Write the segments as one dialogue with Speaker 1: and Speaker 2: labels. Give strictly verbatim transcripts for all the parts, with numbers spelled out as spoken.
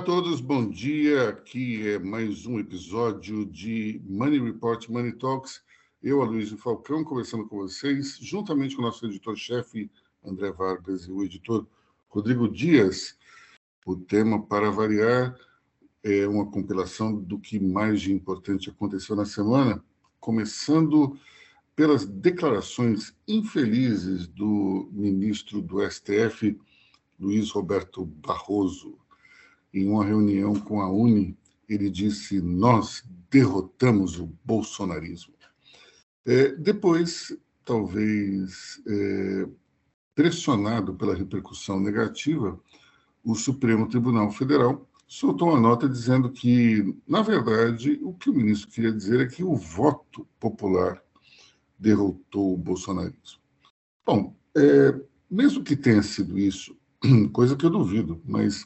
Speaker 1: todos, bom dia. Aqui é mais um episódio de Money Report, Money Talks. Eu, Aloysio Falcão, conversando com vocês, juntamente com o nosso editor-chefe, André Vargas, e o editor Rodrigo Dias. O tema, para variar, é uma compilação do que mais de importante aconteceu na semana, começando pelas declarações infelizes do ministro do S T F, Luiz Roberto Barroso. Em uma reunião com a Uni, ele disse: nós derrotamos o bolsonarismo. É, depois, talvez é, pressionado pela repercussão negativa, o Supremo Tribunal Federal soltou uma nota dizendo que, na verdade, o que o ministro queria dizer é que o voto popular derrotou o bolsonarismo. Bom, é, mesmo que tenha sido isso, coisa que eu duvido, mas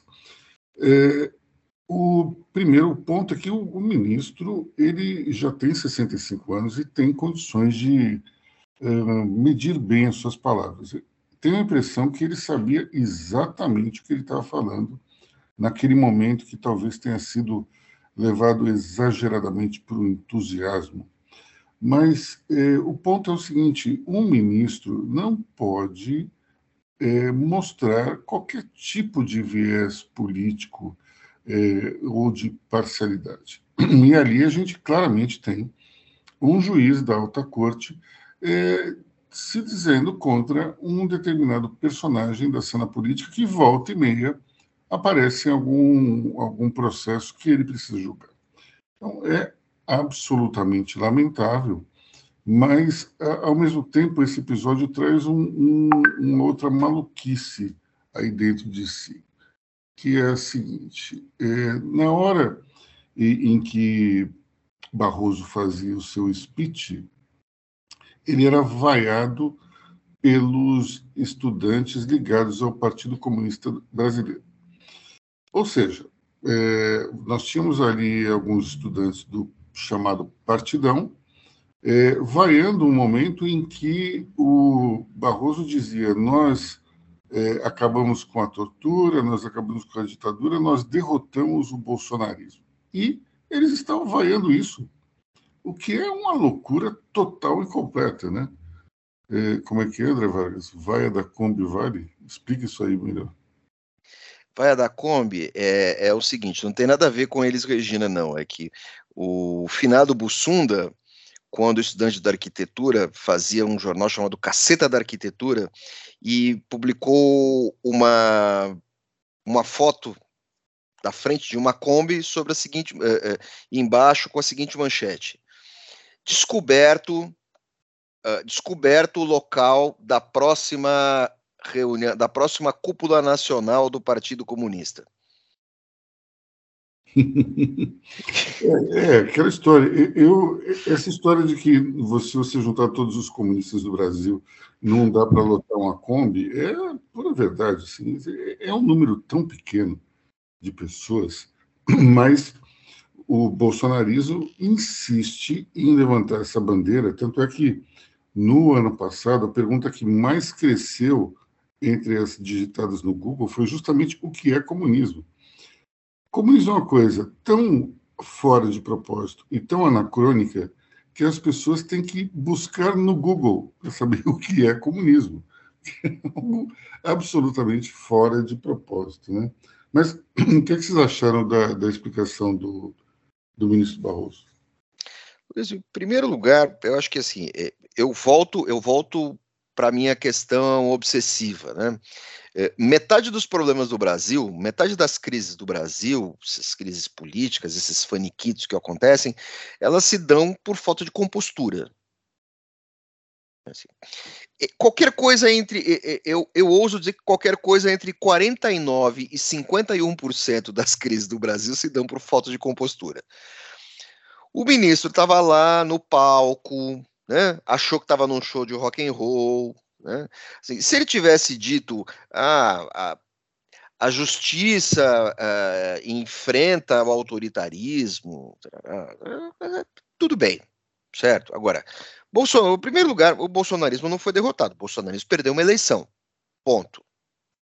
Speaker 1: é, o primeiro ponto é que o, o ministro ele já tem sessenta e cinco anos e tem condições de uh, medir bem as suas palavras. Tenho a impressão que ele sabia exatamente o que ele estava falando naquele momento que talvez tenha sido levado exageradamente para o entusiasmo. Mas eh, o ponto é o seguinte: um ministro não pode eh, mostrar qualquer tipo de viés político eh, ou de parcialidade. E ali a gente claramente tem um juiz da alta corte eh, se dizendo contra um determinado personagem da cena política que volta e meia aparece em algum, algum processo que ele precisa julgar. Então, é absolutamente lamentável, mas, ao mesmo tempo, esse episódio traz um, um, uma outra maluquice aí dentro de si, que é a seguinte: é, na hora em que Barroso fazia o seu speech, ele era vaiado pelos estudantes ligados ao Partido Comunista Brasileiro. Ou seja, é, nós tínhamos ali alguns estudantes do chamado Partidão, é, vaiando um momento em que o Barroso dizia: nós é, acabamos com a tortura, nós acabamos com a ditadura, nós derrotamos o bolsonarismo. E eles estavam vaiando isso, o que é uma loucura total e completa, né? É, como é que é, André Vargas? Vaia da Kombi Vale? Explica isso aí melhor.
Speaker 2: Vaia da Kombi é, é o seguinte, não tem nada a ver com eles, Regina, não. É que o finado Bussunda, quando estudante da arquitetura, fazia um jornal chamado Caceta da Arquitetura e publicou uma, uma foto da frente de uma Kombi sobre a seguinte, uh, uh, embaixo com a seguinte manchete: descoberto, uh, descoberto o local da próxima reunião, da próxima cúpula nacional do Partido Comunista.
Speaker 1: É, é aquela história. Eu, essa história de que você, você juntar todos os comunistas do Brasil não dá para lotar uma Kombi é pura verdade. Assim, é um número tão pequeno de pessoas, mas o bolsonarismo insiste em levantar essa bandeira. Tanto é que, no ano passado, a pergunta que mais cresceu entre as digitadas no Google foi justamente o que é comunismo. Comunismo é uma coisa tão fora de propósito e tão anacrônica que as pessoas têm que buscar no Google para saber o que é comunismo. Absolutamente fora de propósito, né? Mas o que, é que vocês acharam da, da explicação do, do ministro Barroso?
Speaker 2: Em primeiro lugar, eu acho que assim, eu volto, eu volto para a minha questão obsessiva, né? É, metade dos problemas do Brasil, metade das crises do Brasil, essas crises políticas, esses faniquitos que acontecem, elas se dão por falta de compostura. Assim, qualquer coisa entre, eu, eu ouso dizer que qualquer coisa entre quarenta e nove por cento e cinquenta e um por cento das crises do Brasil se dão por falta de compostura. O ministro estava lá no palco, né, achou que estava num show de rock and roll, né? Assim, se ele tivesse dito, ah, a, a justiça uh, enfrenta o autoritarismo, tudo bem, certo? Agora, Bolsonaro, em primeiro lugar, o bolsonarismo não foi derrotado, o bolsonarismo perdeu uma eleição, ponto.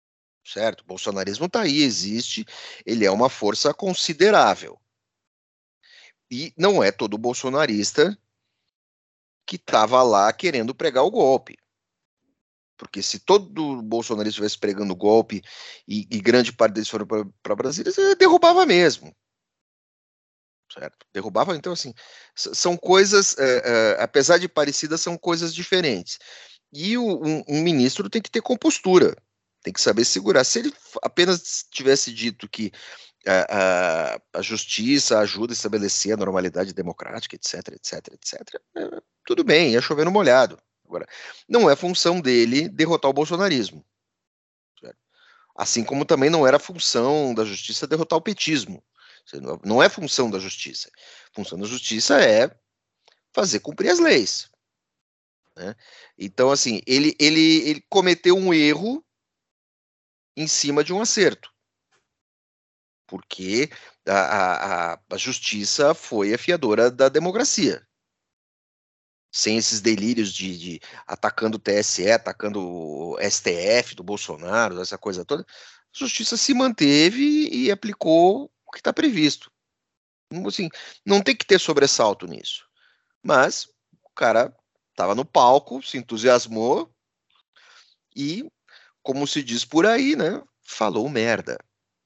Speaker 2: certo? O bolsonarismo está aí, existe, ele é uma força considerável. E não é todo bolsonarista que estava lá querendo pregar o golpe. Porque se todo bolsonarista estivesse pregando golpe e, e grande parte deles foram para Brasília, você derrubava mesmo. Certo? Derrubava, então, assim, são coisas, é, é, apesar de parecidas, são coisas diferentes. E o, um, um ministro tem que ter compostura, tem que saber segurar. Se ele apenas tivesse dito que a, a, a justiça ajuda a estabelecer a normalidade democrática, etc, etc, etc, é, tudo bem, ia chover no molhado. Agora, não é função dele derrotar o bolsonarismo. Certo? Assim como também não era função da justiça derrotar o petismo. Não é função da justiça. A função da justiça é fazer cumprir as leis. Né? Então, assim, ele, ele, ele cometeu um erro em cima de um acerto. Porque a, a, a justiça foi a fiadora da democracia. Sem esses delírios de, de atacando o T S E, atacando o S T F do Bolsonaro, essa coisa toda, a justiça se manteve e aplicou o que está previsto. Assim, não tem que ter sobressalto nisso. Mas o cara estava no palco, se entusiasmou e, como se diz por aí, né, falou merda.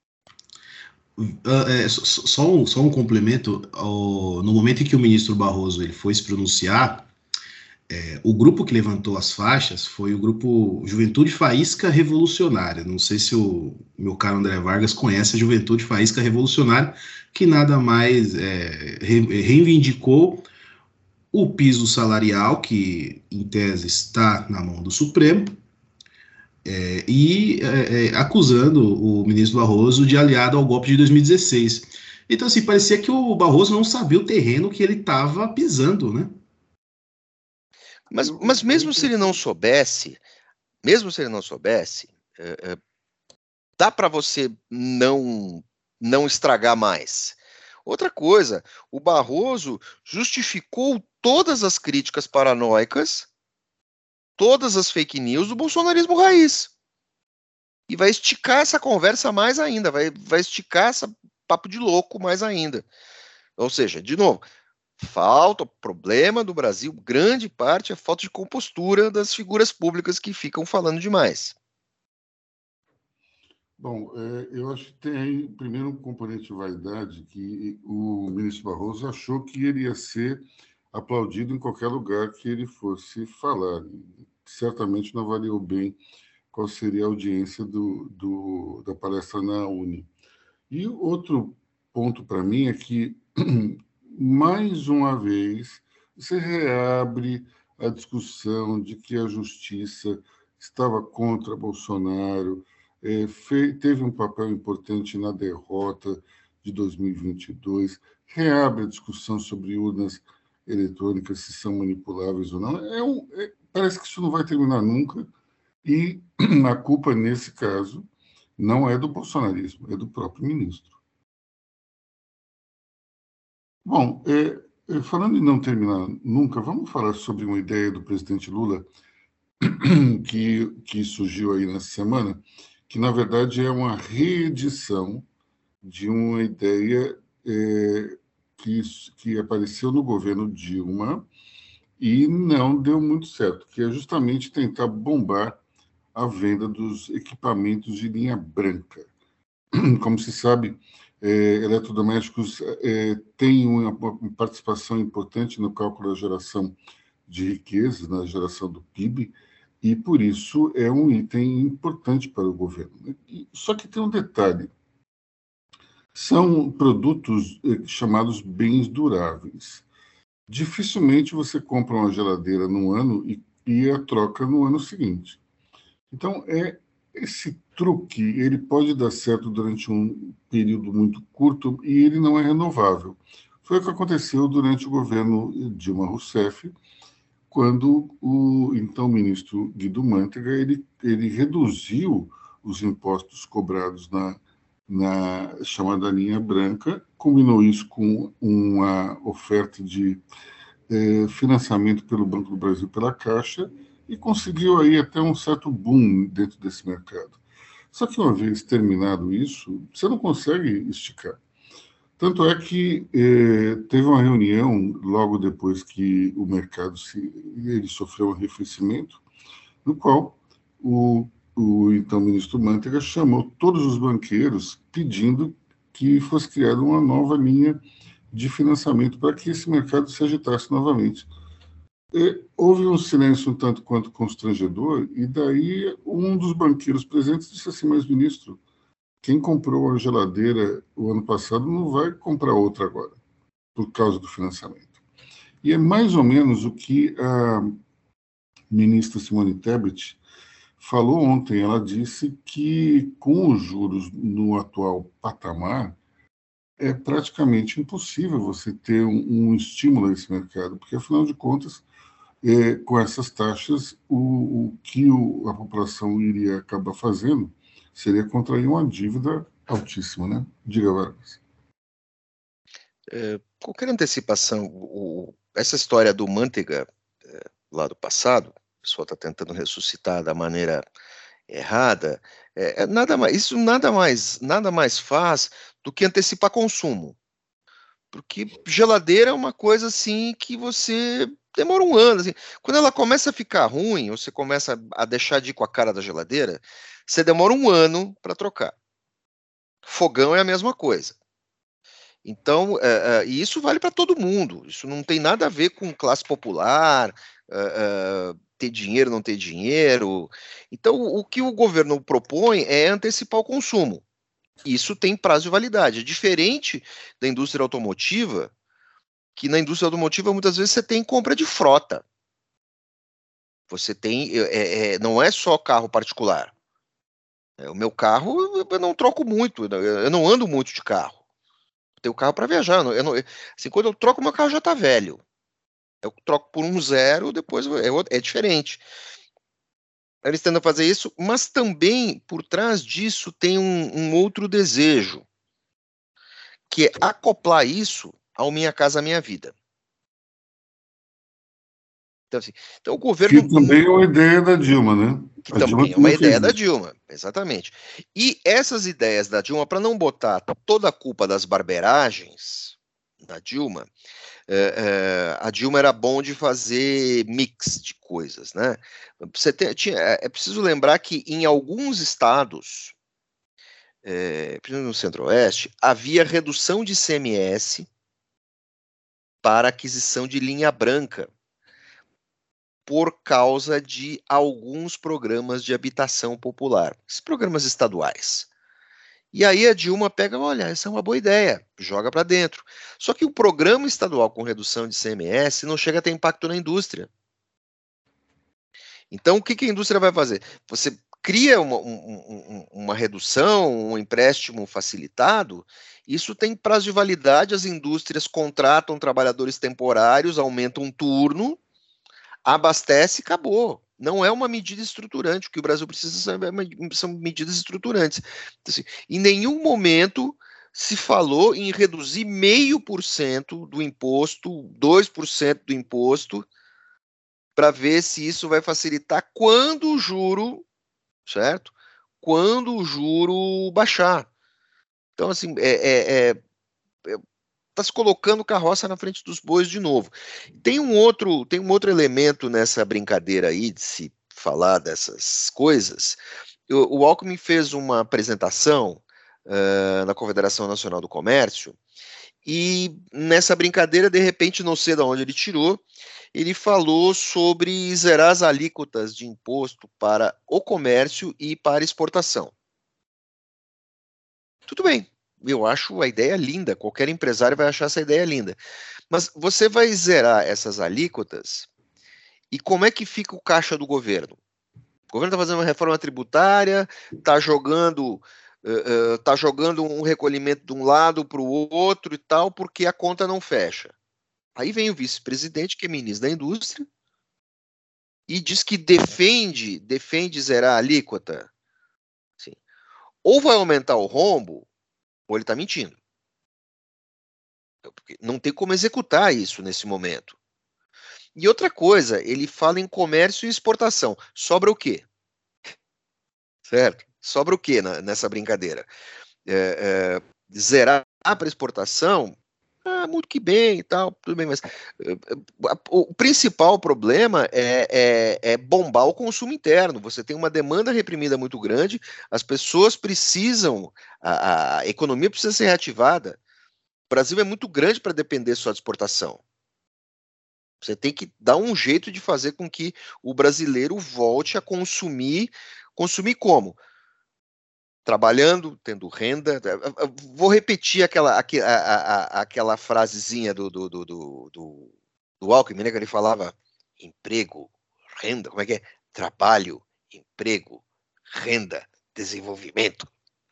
Speaker 3: Uh, é, só, só, um, só um complemento. Ao, no momento em que o ministro Barroso ele foi se pronunciar, é, o grupo que levantou as faixas foi o grupo Juventude Faísca Revolucionária. Não sei se o meu caro André Vargas conhece a Juventude Faísca Revolucionária, que nada mais é, reivindicou o piso salarial, que em tese está na mão do Supremo, é, e é, é, acusando o ministro Barroso de aliado ao golpe de dois mil e dezesseis. Então, assim, parecia que o Barroso não sabia o terreno que ele estava pisando, né?
Speaker 2: Mas, mas mesmo se ele não soubesse, mesmo se ele não soubesse, é, é, dá para você não, não estragar mais. Outra coisa, o Barroso justificou todas as críticas paranoicas, todas as fake news do bolsonarismo raiz. E vai esticar essa conversa mais ainda, vai, vai esticar esse papo de louco mais ainda. Ou seja, de novo, falta, o problema do Brasil, grande parte é falta de compostura das figuras públicas que ficam falando demais.
Speaker 1: Bom, é, eu acho que tem aí, primeiro, um componente de vaidade que o ministro Barroso achou que ele ia ser aplaudido em qualquer lugar que ele fosse falar. Certamente não avaliou bem qual seria a audiência do, do, da palestra na Uni. E outro ponto para mim é que, mais uma vez, você reabre a discussão de que a justiça estava contra Bolsonaro, é, fe, teve um papel importante na derrota de dois mil e vinte e dois, reabre a discussão sobre urnas eletrônicas, se são manipuláveis ou não. É um, é, parece que isso não vai terminar nunca, e a culpa, nesse caso, não é do bolsonarismo, é do próprio ministro. Bom, é, falando em não terminar nunca, vamos falar sobre uma ideia do presidente Lula que, que surgiu aí nessa semana, que, na verdade, é uma reedição de uma ideia é, que, que apareceu no governo Dilma e não deu muito certo, que é justamente tentar bombar a venda dos equipamentos de linha branca. Como se sabe, é, eletrodomésticos é, têm uma participação importante no cálculo da geração de riqueza, na geração do P I B, e por isso é um item importante para o governo. Só que tem um detalhe: são produtos chamados bens duráveis. Dificilmente você compra uma geladeira num ano e, e a troca no ano seguinte. Então, é, esse truque ele pode dar certo durante um período muito curto e ele não é renovável. Foi o que aconteceu durante o governo Dilma Rousseff, quando o então ministro Guido Mantega ele, ele reduziu os impostos cobrados na, na chamada linha branca, combinou isso com uma oferta de eh, financiamento pelo Banco do Brasil pela Caixa, e conseguiu aí até um certo boom dentro desse mercado. Só que uma vez terminado isso, você não consegue esticar. Tanto é que eh, teve uma reunião logo depois que o mercado se, ele sofreu um arrefecimento, no qual o, o então ministro Manteiga chamou todos os banqueiros pedindo que fosse criada uma nova linha de financiamento para que esse mercado se agitasse novamente. E houve um silêncio um tanto quanto constrangedor, e daí um dos banqueiros presentes disse assim: mas, ministro, quem comprou uma geladeira o ano passado não vai comprar outra agora, por causa do financiamento. E é mais ou menos o que a ministra Simone Tebet falou ontem. Ela disse que, com os juros no atual patamar, é praticamente impossível você ter um, um estímulo a esse mercado, porque, afinal de contas, é, com essas taxas, o, o que o, a população iria acabar fazendo seria contrair uma dívida altíssima, né? Diga, Vargas.
Speaker 2: É, qualquer antecipação, o, essa história do Manteiga, é, lá do passado, o pessoal está tentando ressuscitar da maneira errada, é, é nada mais, isso nada mais, nada mais faz do que antecipar consumo. Porque geladeira é uma coisa assim que você demora um ano. Assim. Quando ela começa a ficar ruim, ou você começa a deixar de ir com a cara da geladeira, você demora um ano para trocar. Fogão é a mesma coisa. Então, é, é, e isso vale para todo mundo. Isso não tem nada a ver com classe popular, é, é, ter dinheiro, não ter dinheiro. Então, o que o governo propõe é antecipar o consumo. Isso tem prazo de validade. É diferente da indústria automotiva, que na indústria automotiva muitas vezes você tem compra de frota. Você tem, é, é, não é só carro particular. É, o meu carro eu não troco muito, eu não ando muito de carro. Eu tenho carro para viajar. Eu não, assim, quando eu troco, meu carro já está velho. Eu troco por um zero, depois é, é diferente. Eles tentam fazer isso, mas também por trás disso tem um, um outro desejo, que é acoplar isso ao Minha Casa Minha Vida. Então, assim, então o governo...
Speaker 1: Que também é uma ideia da Dilma, né?
Speaker 2: Que
Speaker 1: a
Speaker 2: também
Speaker 1: Dilma
Speaker 2: é uma ideia da
Speaker 1: isso.
Speaker 2: Dilma, exatamente. E essas ideias da Dilma, para não botar toda a culpa das barbeiragens da Dilma, é, é, a Dilma era bom de fazer mix de coisas, né? Você tem, tinha, é preciso lembrar que em alguns estados, é, principalmente no Centro-Oeste, havia redução de I C M S para aquisição de linha branca, por causa de alguns programas de habitação popular, esses programas estaduais. E aí a Dilma pega, olha, essa é uma boa ideia, joga para dentro. Só que o programa estadual com redução de I C M S não chega a ter impacto na indústria. Então, o que, que a indústria vai fazer? Você cria uma, um, uma redução, um empréstimo facilitado, isso tem prazo de validade, as indústrias contratam trabalhadores temporários, aumentam um turno, abastece e acabou. Não é uma medida estruturante. O que o Brasil precisa são medidas estruturantes. Então, assim, em nenhum momento se falou em reduzir meio por cento do imposto, dois por cento do imposto, para ver se isso vai facilitar quando o juro, certo? Quando o juro baixar. Então, assim, é, é, é está se colocando carroça na frente dos bois de novo. Tem um outro, tem um outro elemento nessa brincadeira aí de se falar dessas coisas. O, o Alckmin fez uma apresentação uh, na Confederação Nacional do Comércio e nessa brincadeira, de repente, não sei de onde ele tirou, ele falou sobre zerar as alíquotas de imposto para o comércio e para exportação. Tudo bem. Eu acho a ideia linda, qualquer empresário vai achar essa ideia linda. Mas você vai zerar essas alíquotas e como é que fica o caixa do governo? O governo está fazendo uma reforma tributária, está jogando, uh, uh, tá jogando um recolhimento de um lado para o outro e tal, porque a conta não fecha. Aí vem o vice-presidente, que é ministro da Indústria, e diz que defende, defende zerar a alíquota. Assim, ou vai aumentar o rombo, ou ele está mentindo. Porque não tem como executar isso nesse momento. E outra coisa, ele fala em comércio e exportação. Sobra o quê? Certo? Sobra o quê na, nessa brincadeira? É, é, zerar para exportação, ah, muito que bem e tal, tudo bem, mas uh, o principal problema é, é, é bombar o consumo interno. Você tem uma demanda reprimida muito grande, as pessoas precisam, a, a economia precisa ser reativada. O Brasil é muito grande para depender só de exportação. Você tem que dar um jeito de fazer com que o brasileiro volte a consumir. Consumir como? Trabalhando, tendo renda. Vou repetir aquela, a, a, a, aquela frasezinha do, do, do, do, do Alckmin, né, que ele falava emprego, renda, como é que é? Trabalho, emprego, renda, desenvolvimento.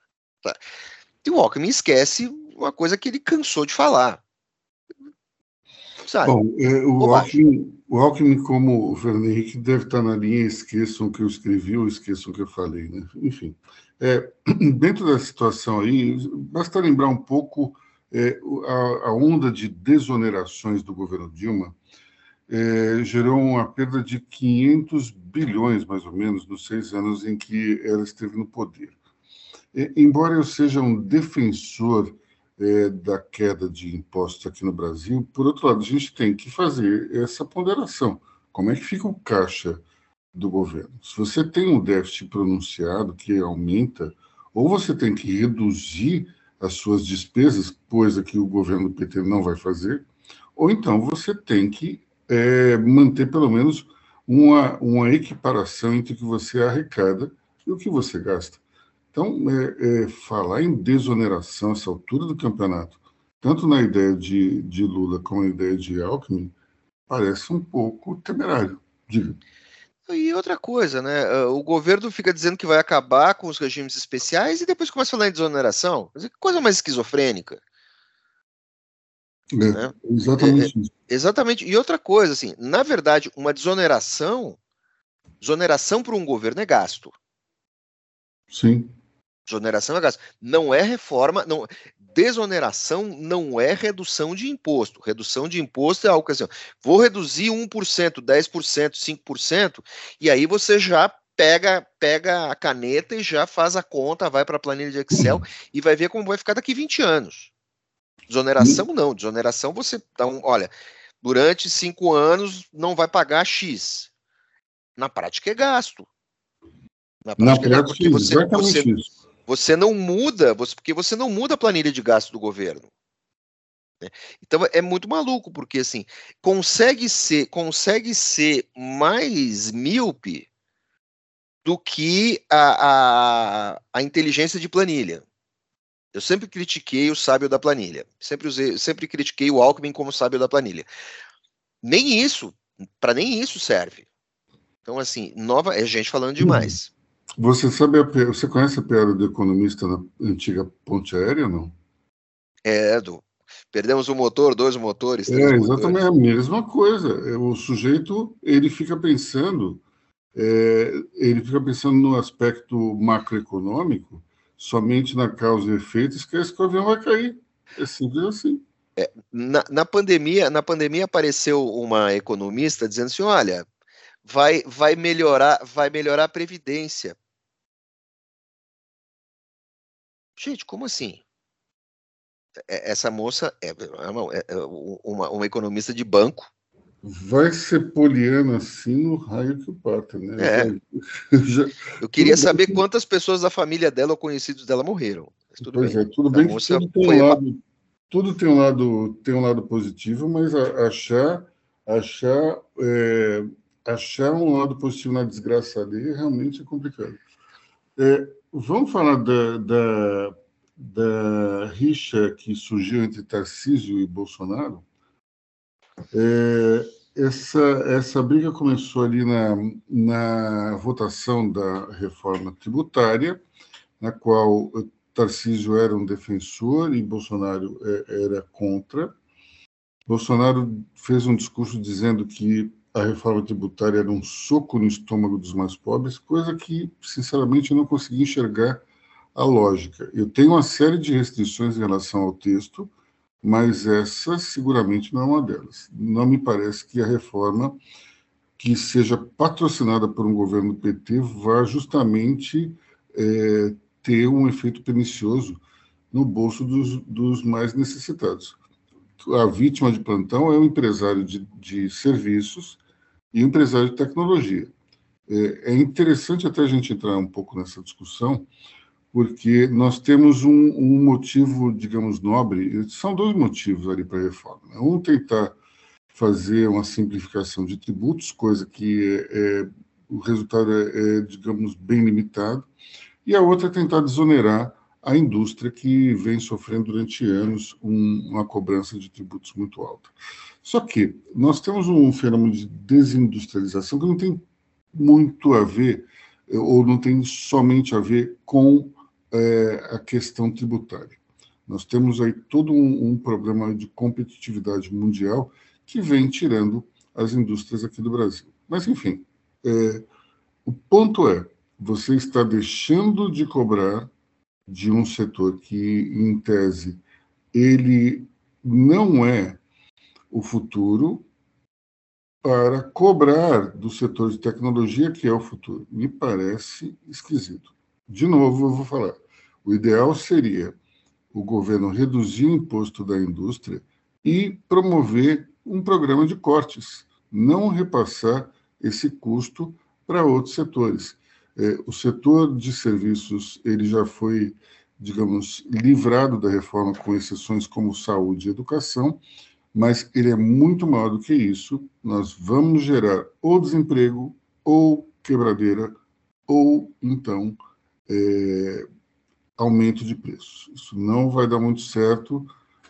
Speaker 2: E o Alckmin esquece uma coisa que ele cansou de falar. Sabe?
Speaker 1: Bom, é, o, Alckmin, o Alckmin, como o Fernando Henrique, deve estar na linha esqueçam o que eu escrevi ou esqueçam o que eu falei, né? Enfim, é, dentro da situação aí, basta lembrar um pouco é, a, a onda de desonerações do governo Dilma é, gerou uma perda de quinhentos bilhões, mais ou menos, nos seis anos em que ela esteve no poder. É, embora eu seja um defensor É, da queda de impostos aqui no Brasil, por outro lado, a gente tem que fazer essa ponderação. Como é que fica o caixa do governo? Se você tem um déficit pronunciado que aumenta, ou você tem que reduzir as suas despesas, coisa que o governo do P T não vai fazer, ou então você tem que é, manter pelo menos uma, uma equiparação entre o que você arrecada e o que você gasta. Então, é, é, falar em desoneração essa altura do campeonato, tanto na ideia de, de Lula como na ideia de Alckmin, parece um pouco temerário, diga.
Speaker 2: E outra coisa, né? O governo fica dizendo que vai acabar com os regimes especiais e depois começa a falar em desoneração. Que coisa mais esquizofrênica.
Speaker 1: É,
Speaker 2: né?
Speaker 1: Exatamente
Speaker 2: é,
Speaker 1: isso.
Speaker 2: Exatamente. E outra coisa, assim, na verdade, uma desoneração, desoneração para um governo é gasto.
Speaker 1: Sim.
Speaker 2: Desoneração é gasto. Não é reforma, não, desoneração não é redução de imposto. Redução de imposto é algo que assim, vou reduzir um por cento, dez por cento, cinco por cento, e aí você já pega, pega a caneta e já faz a conta, vai para a planilha de Excel uhum. e vai ver como vai ficar daqui vinte anos. Desoneração uhum. não. Desoneração você dá um, olha, durante cinco anos não vai pagar X. Na prática é gasto.
Speaker 1: Na prática, Na prática é
Speaker 2: você,
Speaker 1: exatamente
Speaker 2: você,
Speaker 1: isso.
Speaker 2: Você não muda, você, porque você não muda a planilha de gasto do governo. Né? Então é muito maluco, porque assim, consegue ser, consegue ser mais míope do que a, a, a inteligência de planilha. Eu sempre critiquei o sábio da planilha. Sempre, usei, sempre critiquei o Alckmin como sábio da planilha. Nem isso, para nem isso serve. Então, assim, nova, é gente falando demais.
Speaker 1: Você sabe, a, você conhece a piada do economista na antiga ponte aérea, não?
Speaker 2: É, do, perdemos um motor, dois motores, três
Speaker 1: é,
Speaker 2: motores.
Speaker 1: É, exatamente a mesma coisa. O sujeito, ele fica pensando, é, ele fica pensando no aspecto macroeconômico, somente na causa e efeito, esquece que o avião vai cair. É simples assim.
Speaker 2: É, na, na, pandemia, na pandemia apareceu uma economista dizendo assim, olha, vai, vai, melhorar, vai melhorar a Previdência. Gente, como assim? Essa moça é uma, é uma, uma economista de banco.
Speaker 1: Vai ser poliana assim no raio que o parta, né?
Speaker 2: É.
Speaker 1: Já, já,
Speaker 2: Eu queria saber bem... quantas pessoas da família dela ou conhecidos dela morreram. Mas tudo
Speaker 1: pois
Speaker 2: bem.
Speaker 1: é, tudo
Speaker 2: a
Speaker 1: bem que tudo tem um lado, tudo tem um lado, tem um lado positivo, mas achar, achar, é, achar um lado positivo na desgraça ali realmente é complicado. É, vamos falar da, da, da rixa que surgiu entre Tarcísio e Bolsonaro? É, essa, essa briga começou ali na, na votação da reforma tributária, na qual Tarcísio era um defensor e Bolsonaro era contra. Bolsonaro fez um discurso dizendo que a reforma tributária era um soco no estômago dos mais pobres, coisa que, sinceramente, eu não consegui enxergar a lógica. Eu tenho uma série de restrições em relação ao texto, mas essa seguramente não é uma delas. Não me parece que a reforma que seja patrocinada por um governo do P T vá justamente é, ter um efeito pernicioso no bolso dos, dos mais necessitados. A vítima de plantão é o empresário de, de serviços e o empresário de tecnologia. É, é interessante até a gente entrar um pouco nessa discussão, porque nós temos um, um motivo, digamos, nobre, são dois motivos ali para a reforma. Né? Um, tentar fazer uma simplificação de tributos, coisa que é, é, o resultado é, é, digamos, bem limitado, e a outra é tentar desonerar a indústria que vem sofrendo durante anos um, uma cobrança de tributos muito alta. Só que nós temos um fenômeno de desindustrialização que não tem muito a ver, ou não tem somente a ver com é, a questão tributária. Nós temos aí todo um, um problema de competitividade mundial que vem tirando as indústrias aqui do Brasil. Mas, enfim, é, o ponto é, você está deixando de cobrar de um setor que, em tese, ele não é o futuro, para cobrar do setor de tecnologia, que é o futuro. Me parece esquisito. De novo, eu vou falar. O ideal seria o governo reduzir o imposto da indústria e promover um programa de cortes, não repassar esse custo para outros setores. É, o setor de serviços ele já foi, digamos, livrado da reforma, com exceções como saúde e educação, mas ele é muito maior do que isso. Nós vamos gerar ou desemprego, ou quebradeira, ou, então, é, aumento de preços. Isso não vai dar muito certo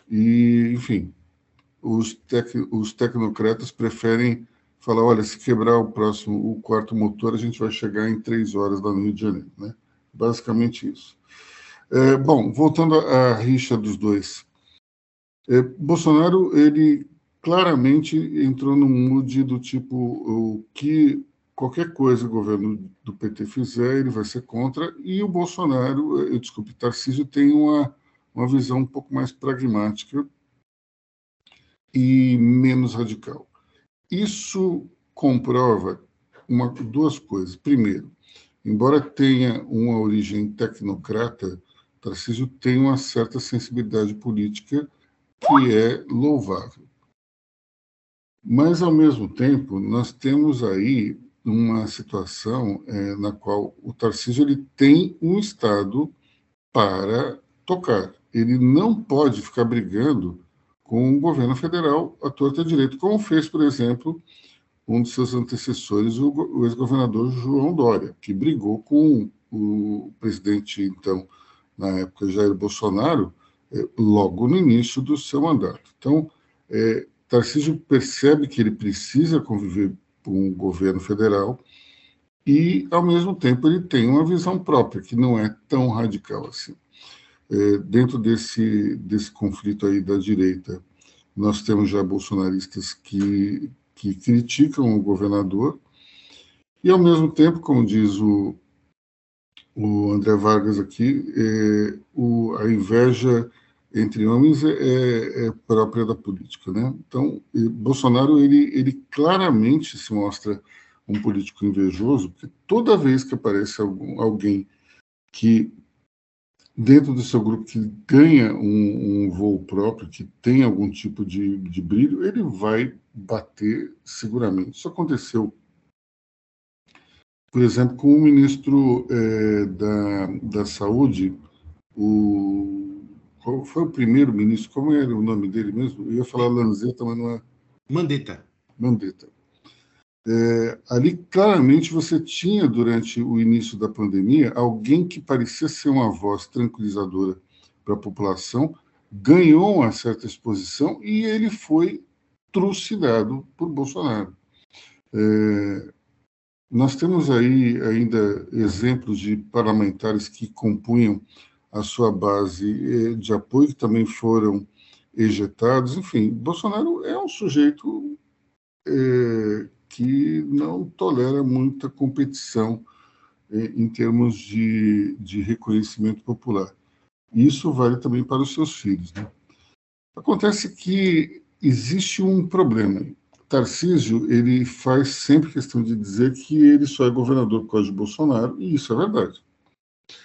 Speaker 1: e, enfim, os, tec, os tecnocratas preferem falar, olha, se quebrar o próximo, o quarto motor, a gente vai chegar em três horas lá no Rio de Janeiro, né? Basicamente isso. É, bom, voltando à rixa dos dois. É, Bolsonaro, ele claramente entrou num mood do tipo, o que qualquer coisa o governo do P T fizer, ele vai ser contra, e o Bolsonaro, eu desculpe, Tarcísio tem uma, uma visão um pouco mais pragmática e menos radical. Isso comprova uma, duas coisas. Primeiro, embora tenha uma origem tecnocrata, Tarcísio tem uma certa sensibilidade política que é louvável. Mas, ao mesmo tempo, nós temos aí uma situação é, na qual o Tarcísio ele tem um Estado para tocar. Ele não pode ficar brigando com o governo federal à torta direito, como fez, por exemplo, um de seus antecessores, o, o ex-governador João Dória, que brigou com o presidente, então, na época, Jair Bolsonaro, é, logo no início do seu mandato. Então, é, Tarcísio percebe que ele precisa conviver com o governo federal e, ao mesmo tempo, ele tem uma visão própria, que não é tão radical assim. É, dentro desse, desse conflito aí da direita, nós temos já bolsonaristas que, que criticam o governador e, ao mesmo tempo, como diz o, o André Vargas aqui, é, o, a inveja entre homens é, é própria da política, né? Então, Bolsonaro, ele, ele claramente se mostra um político invejoso, porque toda vez que aparece algum, alguém que, dentro do seu grupo, que ganha um, um voo próprio, que tem algum tipo de, de brilho, ele vai bater seguramente. Isso aconteceu, por exemplo, com o ministro é, da, da Saúde, o Qual foi o primeiro ministro? Como era o nome dele mesmo? Eu ia falar Lanzetta, mas não é.
Speaker 3: Mandetta.
Speaker 1: Mandetta. É, ali, claramente, você tinha, durante o início da pandemia, alguém que parecia ser uma voz tranquilizadora para a população, ganhou uma certa exposição e ele foi trucidado por Bolsonaro. É, nós temos aí ainda exemplos de parlamentares que compunham a sua base de apoio, que também foram ejetados. Enfim, Bolsonaro é um sujeito é, que não tolera muita competição é, em termos de, de reconhecimento popular. Isso vale também para os seus filhos, né? Acontece que existe um problema. Tarcísio, ele faz sempre questão de dizer que ele só é governador por causa de Bolsonaro, e isso é verdade.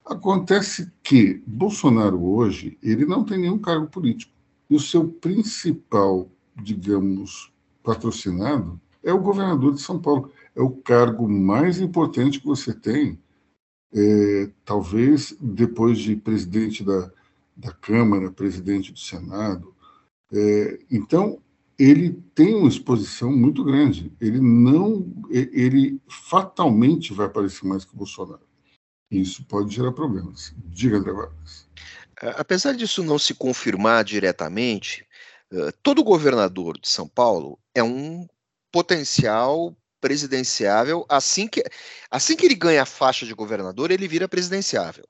Speaker 1: Acontece que Bolsonaro hoje, ele não tem nenhum cargo político. E o seu principal, digamos, patrocinado é o governador de São Paulo. É o cargo mais importante que você tem, é, talvez depois de presidente da, da Câmara, presidente do Senado. É, então, ele tem uma exposição muito grande. Ele não, ele fatalmente vai aparecer mais que o Bolsonaro. Isso pode gerar problemas. Diga, André Vargas.
Speaker 2: Apesar disso não se confirmar diretamente, todo governador de São Paulo é um potencial presidenciável. Assim que, assim que ele ganha a faixa de governador, ele vira presidenciável.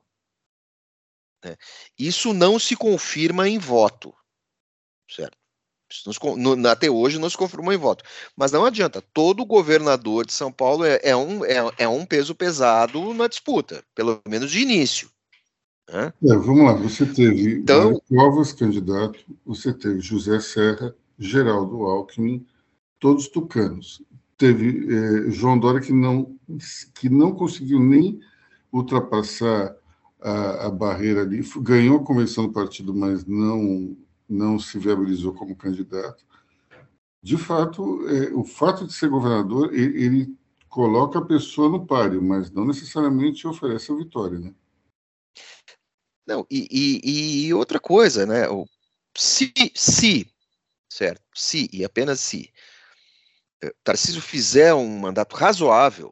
Speaker 2: Isso não se confirma em voto, certo? Isso não, no, até hoje não se confirmou em voto. Mas não adianta, todo governador de São Paulo é, é, um, é, é um peso pesado na disputa, pelo menos de início.
Speaker 1: É, vamos lá, você teve
Speaker 2: então,
Speaker 1: Mário Covas, candidato, você teve José Serra, Geraldo Alckmin, todos tucanos. Teve eh, João Dória, que não, que não conseguiu nem ultrapassar a, a barreira ali, ganhou a convenção do partido, mas não, não se viabilizou como candidato. De fato, eh, o fato de ser governador, ele, ele coloca a pessoa no páreo, mas não necessariamente oferece a vitória, né?
Speaker 2: Não, e, e, e outra coisa, né? Se, se, certo? Se, e apenas se, Tarcísio fizer um mandato razoável,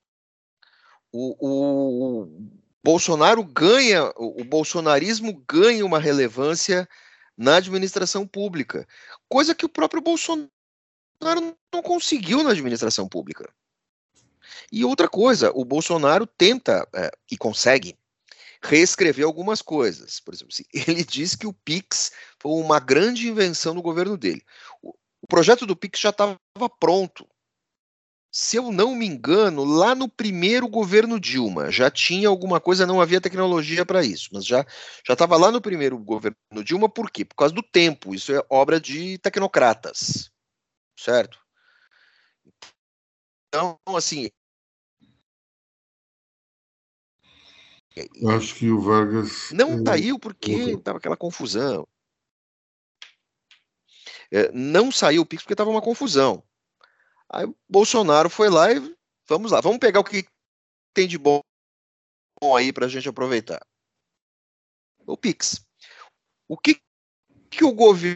Speaker 2: o, o Bolsonaro ganha, o, o bolsonarismo ganha uma relevância na administração pública, coisa que o próprio Bolsonaro não conseguiu na administração pública. E outra coisa, o Bolsonaro tenta, é, e consegue, reescrever algumas coisas. Por exemplo, ele diz que o Pix foi uma grande invenção do governo dele. O, o projeto do Pix já estava pronto. Se eu não me engano, lá no primeiro governo Dilma, já tinha alguma coisa, não havia tecnologia para isso, mas já já estava lá no primeiro governo Dilma, por quê? Por causa do tempo, isso é obra de tecnocratas, certo? Então, assim...
Speaker 1: Eu acho que o Vargas...
Speaker 2: Não é, saiu porque estava aquela confusão. É, não saiu o Pix porque estava uma confusão. Aí o Bolsonaro foi lá e vamos lá, vamos pegar o que tem de bom aí para a gente aproveitar. O Pix. O que, que o governo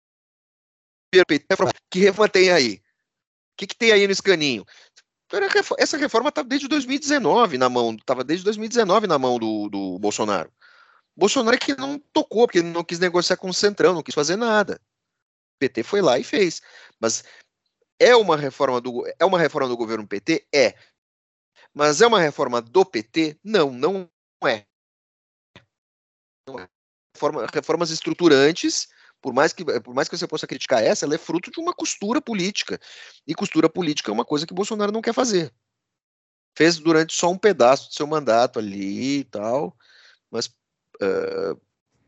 Speaker 2: que reforma tem aí? O que, que tem aí no escaninho? Essa reforma está desde dois mil e dezenove na mão, estava desde dois mil e dezenove na mão do, do Bolsonaro. Bolsonaro é que não tocou, porque ele não quis negociar com o Centrão, não quis fazer nada. O P T foi lá e fez. Mas é uma reforma do, é uma reforma do governo P T? É. Mas é uma reforma do P T? Não, não é. Reforma, reformas estruturantes, por mais, que, por mais que você possa criticar essa, ela é fruto de uma costura política. E costura política é uma coisa que Bolsonaro não quer fazer. Fez durante só um pedaço do seu mandato ali e tal, mas uh,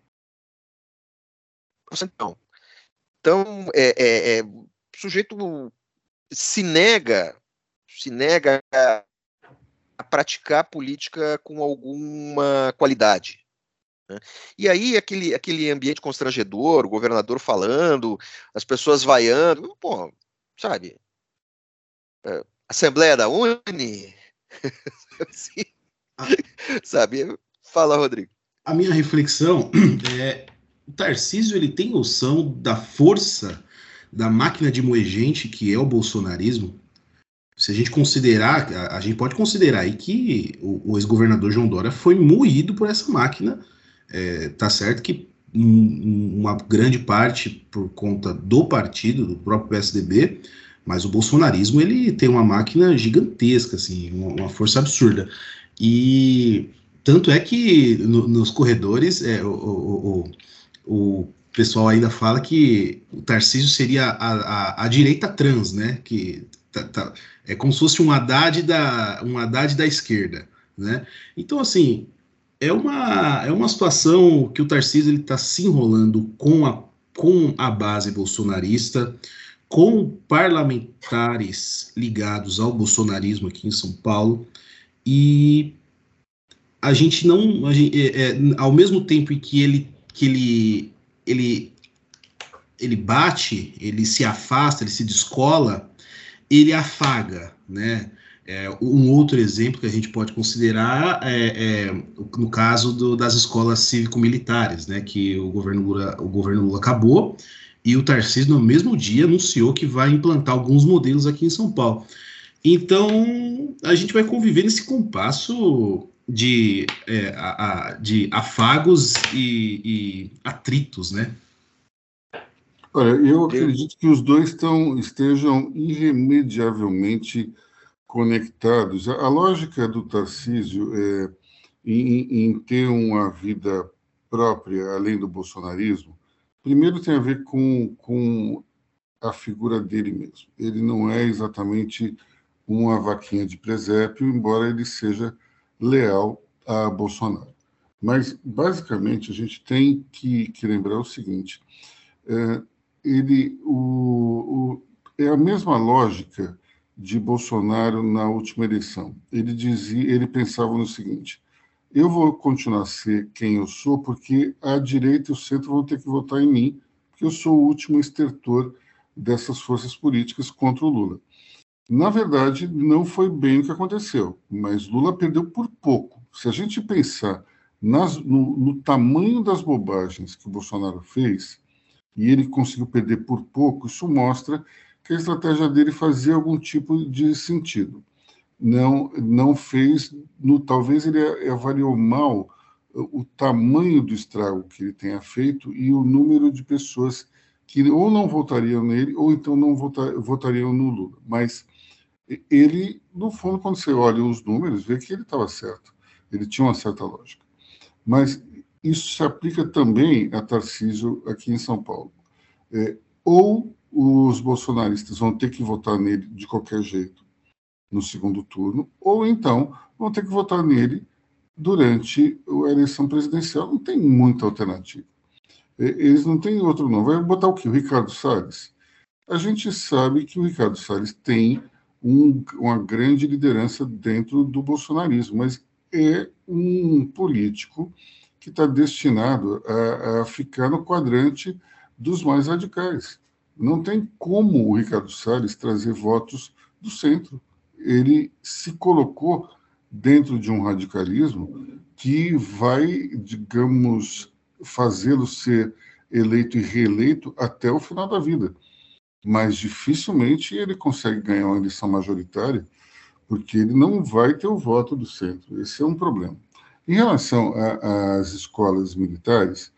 Speaker 2: então, então é, é, é, o sujeito se nega, se nega a, a praticar política com alguma qualidade. Né? E aí aquele, aquele ambiente constrangedor, o governador falando, as pessoas vaiando, pô, sabe? É, Assembleia da Uni, assim, ah. Sabe? Fala, Rodrigo.
Speaker 3: A minha reflexão é: o Tarcísio, ele tem noção da força da máquina de moer gente que é o bolsonarismo? Se a gente considerar, a, a gente pode considerar aí que o, o ex-governador João Dória foi moído por essa máquina. É, tá certo que um, uma grande parte por conta do partido, do próprio P S D B, mas o bolsonarismo, ele tem uma máquina gigantesca, assim, uma, uma força absurda. E tanto é que no, nos corredores é, o, o, o, o pessoal ainda fala que o Tarcísio seria a, a, a direita trans, né? Que tá, tá, é como se fosse um Haddad da, um Haddad da esquerda, né? Então, assim, é uma, é uma situação que o Tarcísio está se enrolando com a, com a base bolsonarista, com parlamentares ligados ao bolsonarismo aqui em São Paulo, e a gente não, a gente, é, é, ao mesmo tempo em que ele, que ele, ele, ele bate, ele se afasta, ele se descola, ele afaga, né? É, um outro exemplo que a gente pode considerar é, é no caso do, das escolas cívico-militares, né? Que o governo Lula, o governo Lula acabou e o Tarcísio no mesmo dia anunciou que vai implantar alguns modelos aqui em São Paulo. Então a gente vai conviver nesse compasso de, é, a, a, de afagos e, e atritos, né?
Speaker 1: Olha, eu acredito que os dois estão, estejam irremediavelmente conectados. A, a lógica do Tarcísio é, em, em ter uma vida própria, além do bolsonarismo, primeiro tem a ver com, com a figura dele mesmo. Ele não é exatamente uma vaquinha de presépio, embora ele seja leal a Bolsonaro. Mas, basicamente, a gente tem que, que lembrar o seguinte, é, ele, o, o, é a mesma lógica de Bolsonaro na última eleição. Ele dizia, ele pensava no seguinte, eu vou continuar a ser quem eu sou porque a direita e o centro vão ter que votar em mim, porque eu sou o último estertor dessas forças políticas contra o Lula. Na verdade, não foi bem o que aconteceu, mas Lula perdeu por pouco. Se a gente pensar nas, no, no tamanho das bobagens que o Bolsonaro fez, e ele conseguiu perder por pouco, isso mostra que a estratégia dele fazia algum tipo de sentido. Não, não fez, no, talvez ele avaliou mal o tamanho do estrago que ele tenha feito e o número de pessoas que ou não votariam nele ou então não votar, votariam no Lula. Mas ele, no fundo, quando você olha os números, vê que ele estava certo. Ele tinha uma certa lógica. Mas isso se aplica também a Tarcísio aqui em São Paulo. É, ou os bolsonaristas vão ter que votar nele de qualquer jeito no segundo turno, ou então vão ter que votar nele durante a eleição presidencial. Não tem muita alternativa. Eles não têm outro nome. Vai botar o quê? O Ricardo Salles? A gente sabe que o Ricardo Salles tem um, uma grande liderança dentro do bolsonarismo, mas é um político que está destinado a, a ficar no quadrante dos mais radicais. Não tem como o Ricardo Salles trazer votos do centro. Ele se colocou dentro de um radicalismo que vai, digamos, fazê-lo ser eleito e reeleito até o final da vida. Mas dificilmente ele consegue ganhar uma eleição majoritária, porque ele não vai ter o voto do centro. Esse é um problema. Em relação às escolas militares,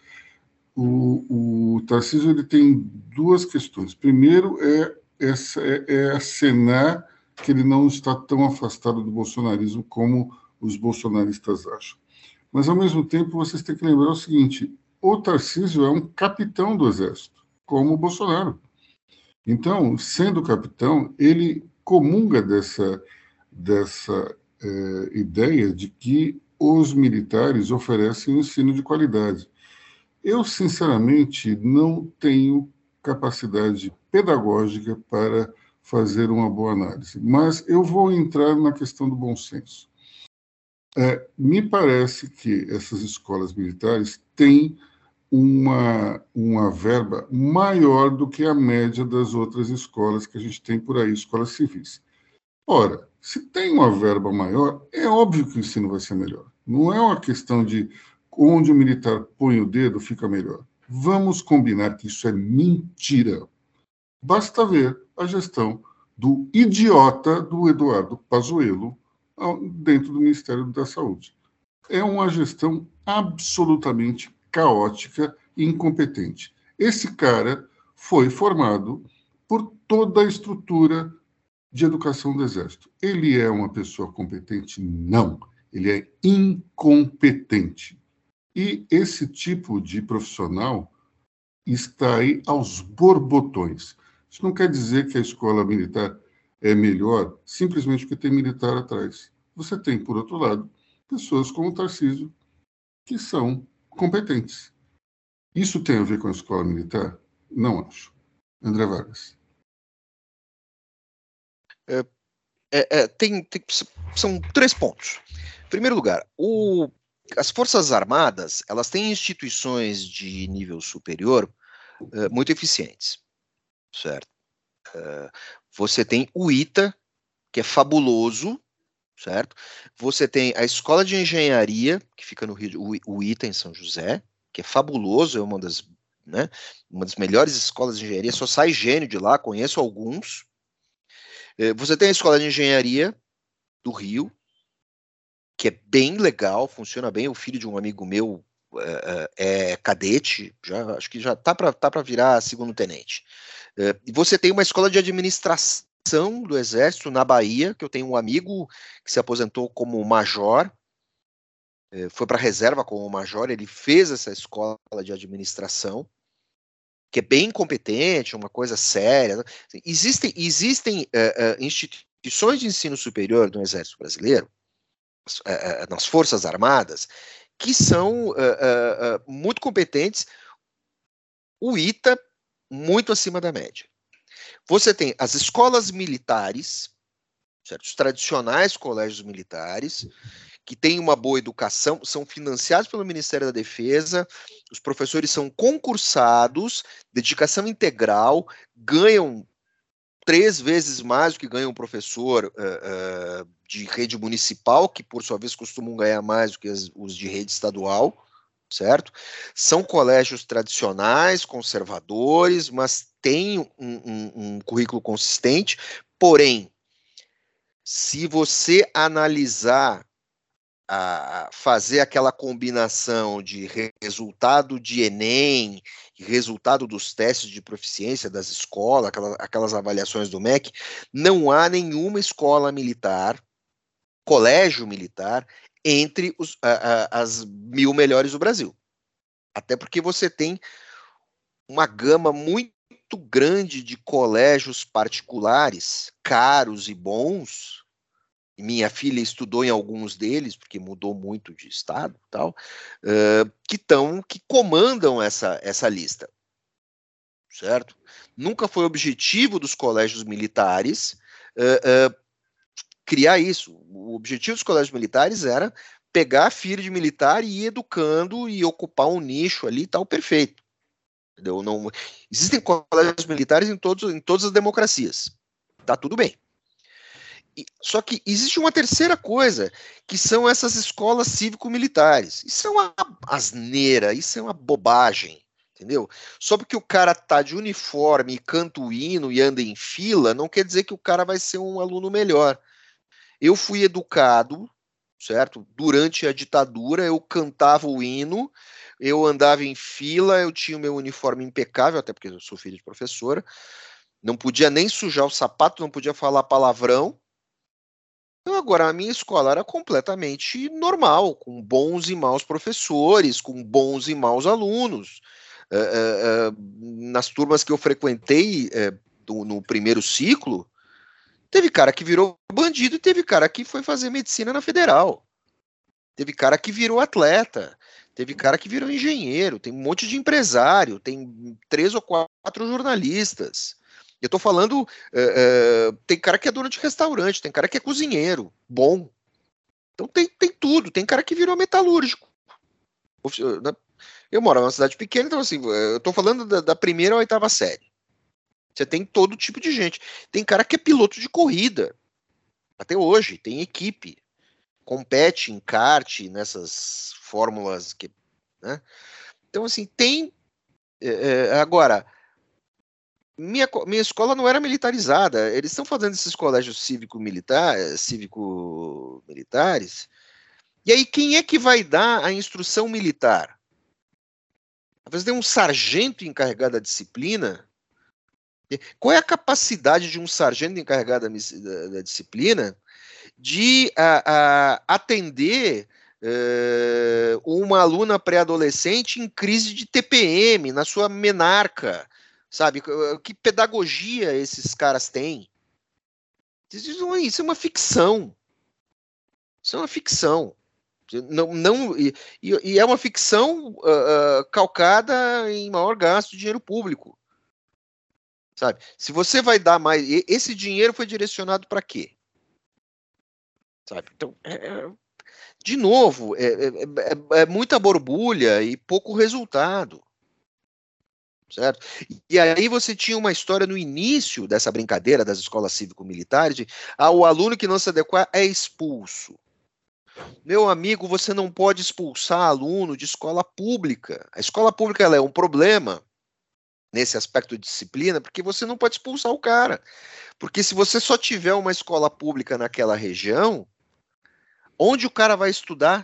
Speaker 1: o, o Tarcísio ele tem duas questões. Primeiro é, essa, é, é acenar que ele não está tão afastado do bolsonarismo como os bolsonaristas acham. Mas, ao mesmo tempo, vocês têm que lembrar o seguinte, o Tarcísio é um capitão do Exército, como o Bolsonaro. Então, sendo capitão, ele comunga dessa, dessa é, ideia de que os militares oferecem um ensino de qualidade. Eu, sinceramente, não tenho capacidade pedagógica para fazer uma boa análise, mas eu vou entrar na questão do bom senso. É, me parece que essas escolas militares têm uma, uma verba maior do que a média das outras escolas que a gente tem por aí, escolas civis. Ora, se tem uma verba maior, é óbvio que o ensino vai ser melhor. Não é uma questão de onde o militar põe o dedo, fica melhor. Vamos combinar que isso é mentira. Basta ver a gestão do idiota do Eduardo Pazuello dentro do Ministério da Saúde. É uma gestão absolutamente caótica e incompetente. Esse cara foi formado por toda a estrutura de educação do Exército. Ele é uma pessoa competente? Não. Ele é incompetente. E esse tipo de profissional está aí aos borbotões. Isso não quer dizer que a escola militar é melhor simplesmente porque tem militar atrás. Você tem, por outro lado, pessoas como o Tarcísio que são competentes. Isso tem a ver com a escola militar? Não acho. André Vargas.
Speaker 2: É, é, é, tem, tem, são três pontos. Em primeiro lugar, o, as Forças Armadas, elas têm instituições de nível superior uh, muito eficientes, certo? Uh, você tem o ITA, que é fabuloso, certo? Você tem a Escola de Engenharia, que fica no Rio, o, o ITA em São José, que é fabuloso, é uma das, né, uma das melhores escolas de engenharia, só sai gênio de lá, conheço alguns. Uh, você tem a Escola de Engenharia do Rio, que é bem legal, funciona bem. O filho de um amigo meu é, é cadete, já, acho que já tá para tá para virar segundo tenente. É, e você tem uma escola de administração do Exército na Bahia, que eu tenho um amigo que se aposentou como major, é, foi para a reserva como major, ele fez essa escola de administração, que é bem competente, uma coisa séria. Existem, existem é, é, instituições de ensino superior do Exército Brasileiro, nas Forças Armadas, que são uh, uh, uh, muito competentes, o ITA muito acima da média. Você tem as escolas militares, certo? Os tradicionais colégios militares, que têm uma boa educação, são financiados pelo Ministério da Defesa, os professores são concursados, dedicação integral, ganham três vezes mais do que ganha um professor uh, uh, de rede municipal, que por sua vez costumam ganhar mais do que as, os de rede estadual, certo? São colégios tradicionais, conservadores, mas têm um, um, um currículo consistente, porém, se você analisar, a fazer aquela combinação de resultado de Enem, resultado dos testes de proficiência das escolas, aquelas, aquelas avaliações do M E C, não há nenhuma escola militar, colégio militar, entre os, a, a, as mil melhores do Brasil. Até porque você tem uma gama muito grande de colégios particulares, caros e bons. Minha filha estudou em alguns deles, porque mudou muito de estado, tal, uh, que estão, que comandam essa, essa lista, certo? Nunca foi objetivo dos colégios militares uh, uh, criar isso. O objetivo dos colégios militares era pegar a filha de militar e ir educando e ocupar um nicho ali, tal, perfeito. Entendeu? Não, existem colégios militares em, todos, em todas as democracias. Tá tudo bem. Só que existe uma terceira coisa, que são essas escolas cívico-militares. Isso é uma asneira, isso é uma bobagem, entendeu? Só porque o cara tá de uniforme, canta o hino e anda em fila, não quer dizer que o cara vai ser um aluno melhor. Eu fui educado, certo? Durante a ditadura, eu cantava o hino, eu andava em fila, eu tinha o meu uniforme impecável, até porque eu sou filho de professora, não podia nem sujar o sapato, não podia falar palavrão. Agora, a minha escola era completamente normal, com bons e maus professores, com bons e maus alunos. Uh, uh, uh, nas turmas que eu frequentei uh, do, no primeiro ciclo, teve cara que virou bandido e teve cara que foi fazer medicina na Federal. Teve cara que virou atleta, teve cara que virou engenheiro, tem um monte de empresário, tem três ou quatro jornalistas. Eu tô falando, uh, uh, tem cara que é dono de restaurante, tem cara que é cozinheiro, bom. Então tem, tem tudo, tem cara que virou metalúrgico. Eu moro numa cidade pequena, então assim, eu tô falando da, da primeira à oitava série. Você tem todo tipo de gente. Tem cara que é piloto de corrida, até hoje, tem equipe, compete em kart, nessas fórmulas que, né? Então assim, tem, uh, agora... Minha, minha escola não era militarizada. Eles estão fazendo esses colégios cívico-militar, cívico-militares. E aí, quem é que vai dar a instrução militar? Talvez tenha um sargento encarregado da disciplina. Qual é a capacidade de um sargento encarregado da, da, da disciplina de a, a, atender uh, uma aluna pré-adolescente em crise de T P M, na sua menarca? Sabe, que pedagogia esses caras têm? Isso é uma ficção. Isso é uma ficção. Não, não, e, e é uma ficção uh, uh, calcada em maior gasto de dinheiro público. Sabe? Se você vai dar mais... Esse dinheiro foi direcionado para quê? Sabe? Então, é, De novo, é, é, é, é muita borbulha e pouco resultado. Certo? E aí você tinha uma história no início dessa brincadeira das escolas cívico-militares de ah, o aluno que não se adequar é expulso. Meu amigo, você não pode expulsar aluno de escola pública. A escola pública ela é um problema nesse aspecto de disciplina, porque você não pode expulsar o cara. Porque se você só tiver uma escola pública naquela região, onde o cara vai estudar?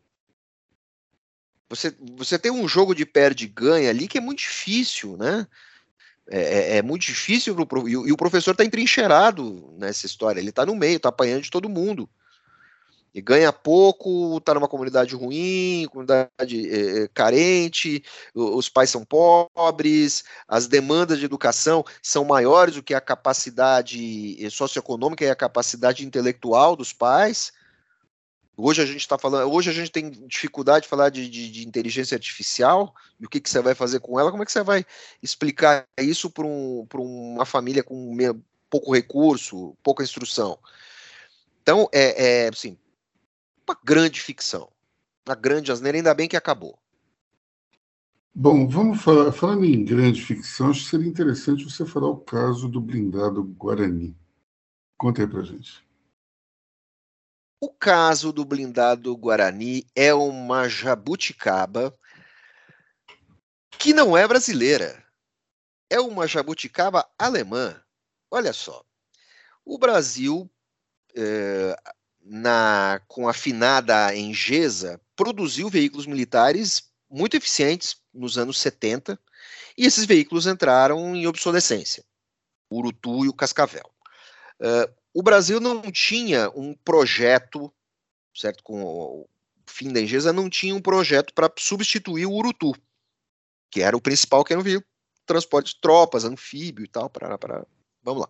Speaker 2: Você, você tem um jogo de perde-ganha ali que é muito difícil, né? É, é, é muito difícil, pro, e, e o professor está entrincheirado nessa história, ele está no meio, está apanhando de todo mundo. E ganha pouco, está numa comunidade ruim, comunidade é, carente, os pais são pobres, as demandas de educação são maiores do que a capacidade socioeconômica e a capacidade intelectual dos pais. Hoje a gente está falando, hoje a gente tem dificuldade de falar de, de, de inteligência artificial, e o que, que você vai fazer com ela, como é que você vai explicar isso para um, para uma família com meio, pouco recurso, pouca instrução? Então, é, é assim, uma grande ficção, uma grande asneira, ainda bem que acabou.
Speaker 1: Bom, vamos falar, falando em grande ficção, acho que seria interessante você falar o caso do blindado Guarani. Conta aí pra gente.
Speaker 2: O caso do blindado Guarani é uma jabuticaba que não é brasileira. É uma jabuticaba alemã. Olha só. O Brasil, eh, na, com a finada Engesa, produziu veículos militares muito eficientes nos anos setenta, e esses veículos entraram em obsolescência. O Urutu e o Cascavel. Uh, o Brasil não tinha um projeto, certo? Com o fim da Engesa, não tinha um projeto para substituir o Urutu, que era o principal, que era o transporte de tropas, anfíbio e tal. Pra, pra... Vamos lá.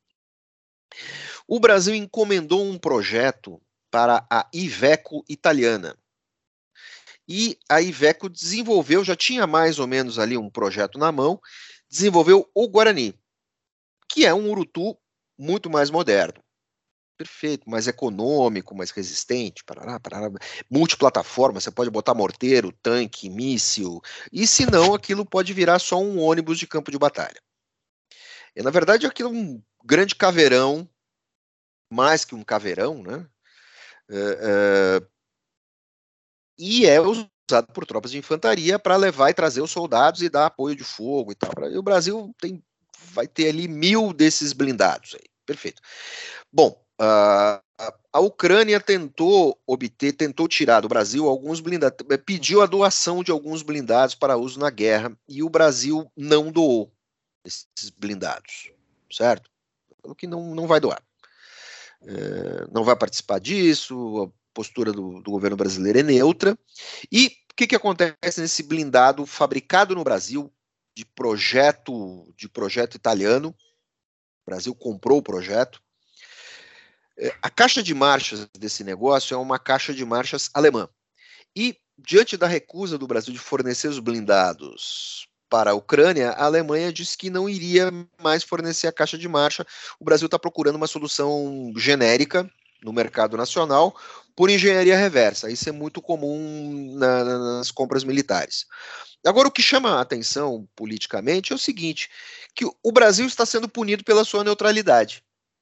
Speaker 2: O Brasil encomendou um projeto para a Iveco italiana. E a Iveco desenvolveu, já tinha mais ou menos ali um projeto na mão, desenvolveu o Guarani, que é um Urutu muito mais moderno. Perfeito, mais econômico, mais resistente, parará, parará, multiplataforma, você pode botar morteiro, tanque, míssil, e se não, aquilo pode virar só um ônibus de campo de batalha. E, na verdade, aquilo é um grande caveirão, mais que um caveirão, né? É, é, e é usado por tropas de infantaria para levar e trazer os soldados e dar apoio de fogo e tal. E o Brasil tem, vai ter ali mil desses blindados aí. Perfeito. Bom, a, a Ucrânia tentou obter, tentou tirar do Brasil alguns blindados, pediu a doação de alguns blindados para uso na guerra, e o Brasil não doou esses blindados, certo? Falou que não, não vai doar. É, não vai participar disso, a postura do, do governo brasileiro é neutra. E o que, que acontece nesse blindado fabricado no Brasil, de projeto, de projeto italiano? O Brasil comprou o projeto. A caixa de marchas desse negócio é uma caixa de marchas alemã. E, diante da recusa do Brasil de fornecer os blindados para a Ucrânia, a Alemanha disse que não iria mais fornecer a caixa de marcha. O Brasil está procurando uma solução genérica no mercado nacional por engenharia reversa. Isso é muito comum na, nas compras militares. Agora, o que chama a atenção politicamente é o seguinte, que o Brasil está sendo punido pela sua neutralidade.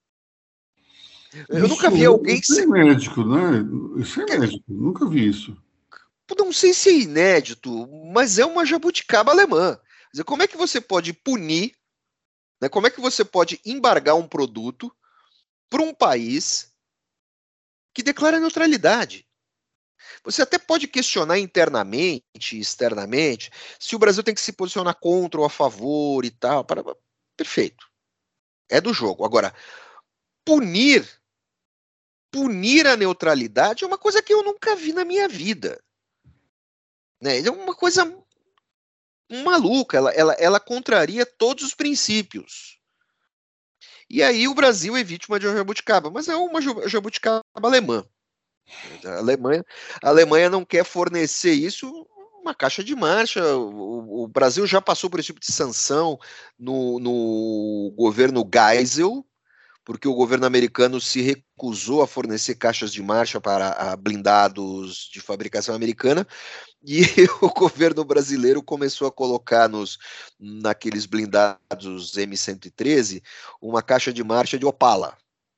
Speaker 2: Eu
Speaker 1: isso,
Speaker 2: nunca vi alguém...
Speaker 1: Isso é inédito, né? Isso é inédito, nunca vi isso.
Speaker 2: Não sei se é inédito, mas é uma jabuticaba alemã. Quer dizer, como é que você pode punir, né, como é que você pode embargar um produto para um país que declara neutralidade? Você até pode questionar internamente e externamente se o Brasil tem que se posicionar contra ou a favor e tal. Para... Perfeito. É do jogo. Agora, punir, punir a neutralidade é uma coisa que eu nunca vi na minha vida. Né? É uma coisa maluca. Ela, ela, ela contraria todos os princípios. E aí o Brasil é vítima de uma jabuticaba, mas é uma jabuticaba alemã. A Alemanha, a Alemanha não quer fornecer isso, uma caixa de marcha. O, o Brasil já passou por esse tipo de sanção no, no governo Geisel, porque o governo americano se recusou a fornecer caixas de marcha para blindados de fabricação americana, e o governo brasileiro começou a colocar nos, naqueles blindados M cento e treze uma caixa de marcha de Opala.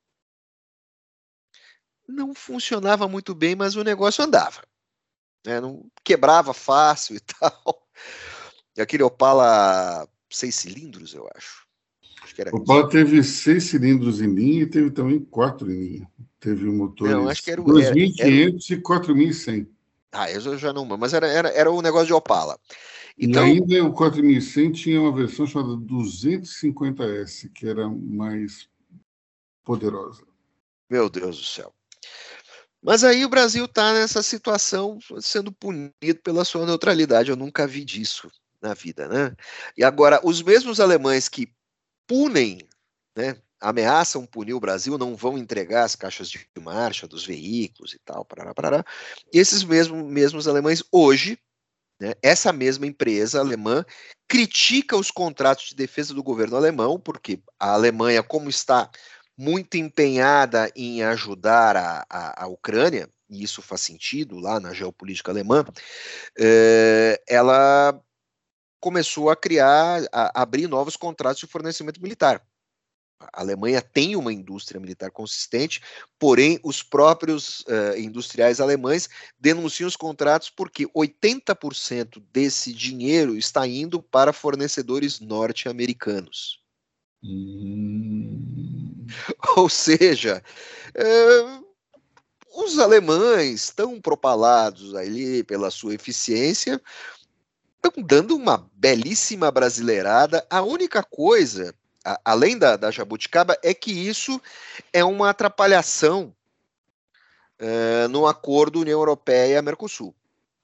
Speaker 2: Não funcionava muito bem, mas o negócio andava. Né? Não quebrava fácil e tal. E aquele Opala seis cilindros, eu acho. acho que era
Speaker 1: o Opala
Speaker 2: isso.
Speaker 1: teve seis cilindros em linha e teve também quatro em linha. Teve motores
Speaker 2: Não, acho que era o,
Speaker 1: dois
Speaker 2: era,
Speaker 1: mil e quinhentos
Speaker 2: era,
Speaker 1: e quatro mil e cem.
Speaker 2: Ah, eu já não... Mas era, era, era o negócio de Opala.
Speaker 1: Então, e
Speaker 2: Então,
Speaker 1: ainda o quatro mil e cem tinha uma versão chamada duzentos e cinquenta S, que era mais poderosa.
Speaker 2: Meu Deus do céu. Mas aí o Brasil está nessa situação sendo punido pela sua neutralidade. Eu nunca vi disso na vida, né? E agora, os mesmos alemães que punem, né, ameaçam punir o Brasil, não vão entregar as caixas de marcha dos veículos e tal, parará, parará. E esses mesmos, mesmos alemães, hoje, né, essa mesma empresa alemã critica os contratos de defesa do governo alemão, porque a Alemanha, como está muito empenhada em ajudar a, a, a Ucrânia, e isso faz sentido lá na geopolítica alemã, é, ela começou a criar, a abrir novos contratos de fornecimento militar. A Alemanha tem uma indústria militar consistente, porém os próprios uh, industriais alemães denunciam os contratos porque oitenta por cento desse dinheiro está indo para fornecedores norte-americanos.
Speaker 1: Hum.
Speaker 2: Ou seja, uh, os alemães, tão propalados ali pela sua eficiência, estão dando uma belíssima brasileirada. A única coisa, a, além da, da jabuticaba, é que isso é uma atrapalhação uh, no acordo União Europeia-Mercosul.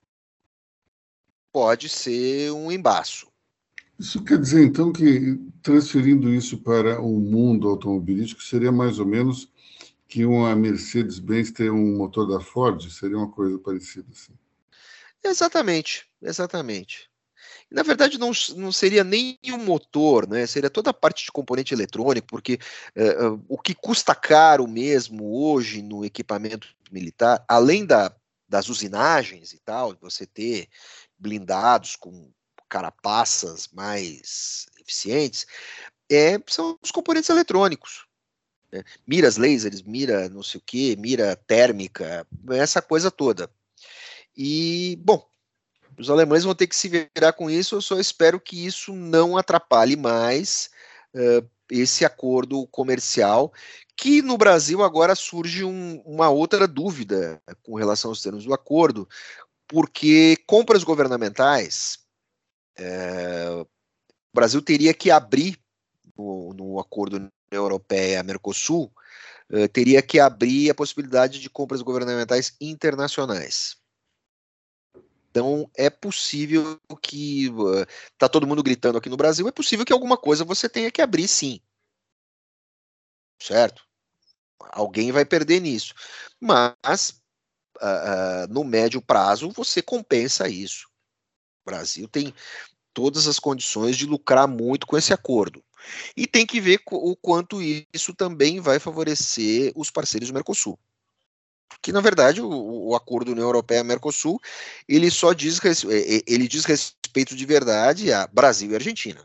Speaker 2: Pode ser um embaço.
Speaker 1: Isso quer dizer, então, que transferindo isso para o mundo automobilístico seria mais ou menos que uma Mercedes-Benz ter um motor da Ford? Seria uma coisa parecida assim?
Speaker 2: Exatamente, exatamente. Na verdade, não, não seria nem o motor, né? Seria toda a parte de componente eletrônico, porque uh, uh, o que custa caro mesmo hoje no equipamento militar, além da, das usinagens e tal, você ter blindados com carapaças mais eficientes, é, são os componentes eletrônicos. Né? Miras lasers, mira não sei o que, mira térmica, essa coisa toda. E, bom, os alemães vão ter que se virar com isso. Eu só espero que isso não atrapalhe mais uh, esse acordo comercial, que no Brasil agora surge um, uma outra dúvida com relação aos termos do acordo, porque compras governamentais, uh, o Brasil teria que abrir no, no acordo União Europeia-Mercosul, uh, teria que abrir a possibilidade de compras governamentais internacionais. Então, é possível que... Está uh, todo mundo gritando aqui no Brasil, é possível que alguma coisa você tenha que abrir, sim. Certo? Alguém vai perder nisso. Mas, uh, uh, no médio prazo, você compensa isso. O Brasil tem todas as condições de lucrar muito com esse acordo. E tem que ver o quanto isso também vai favorecer os parceiros do Mercosul. Que, na verdade, o, o acordo União Europeia-Mercosul, ele só diz, ele diz respeito de verdade a Brasil e Argentina.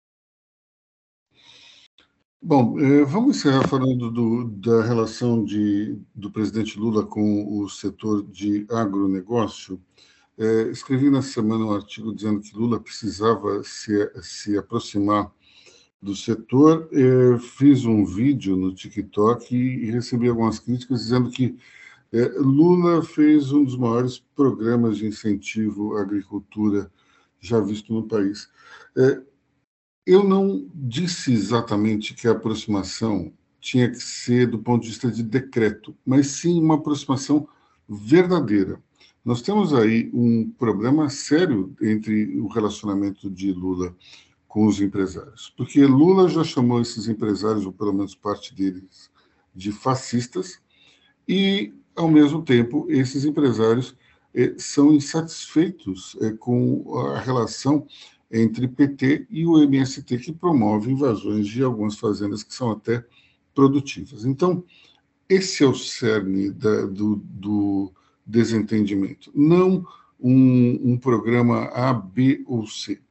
Speaker 1: Bom, eh, vamos encerrar falando do, da relação de, do presidente Lula com o setor de agronegócio. Eh, escrevi na semana um artigo dizendo que Lula precisava se, se aproximar do setor. Eh, fiz um vídeo no TikTok e, e recebi algumas críticas dizendo que É, Lula fez um dos maiores programas de incentivo à agricultura já visto no país. É, eu não disse exatamente que a aproximação tinha que ser do ponto de vista de decreto, mas sim uma aproximação verdadeira. Nós temos aí um problema sério entre o relacionamento de Lula com os empresários, porque Lula já chamou esses empresários, ou pelo menos parte deles, de fascistas, e ao mesmo tempo, esses empresários eh, são insatisfeitos eh, com a relação entre P T e o M S T, que promove invasões de algumas fazendas que são até produtivas. Então, esse é o cerne da, do, do desentendimento, não um, um programa A, B ou C.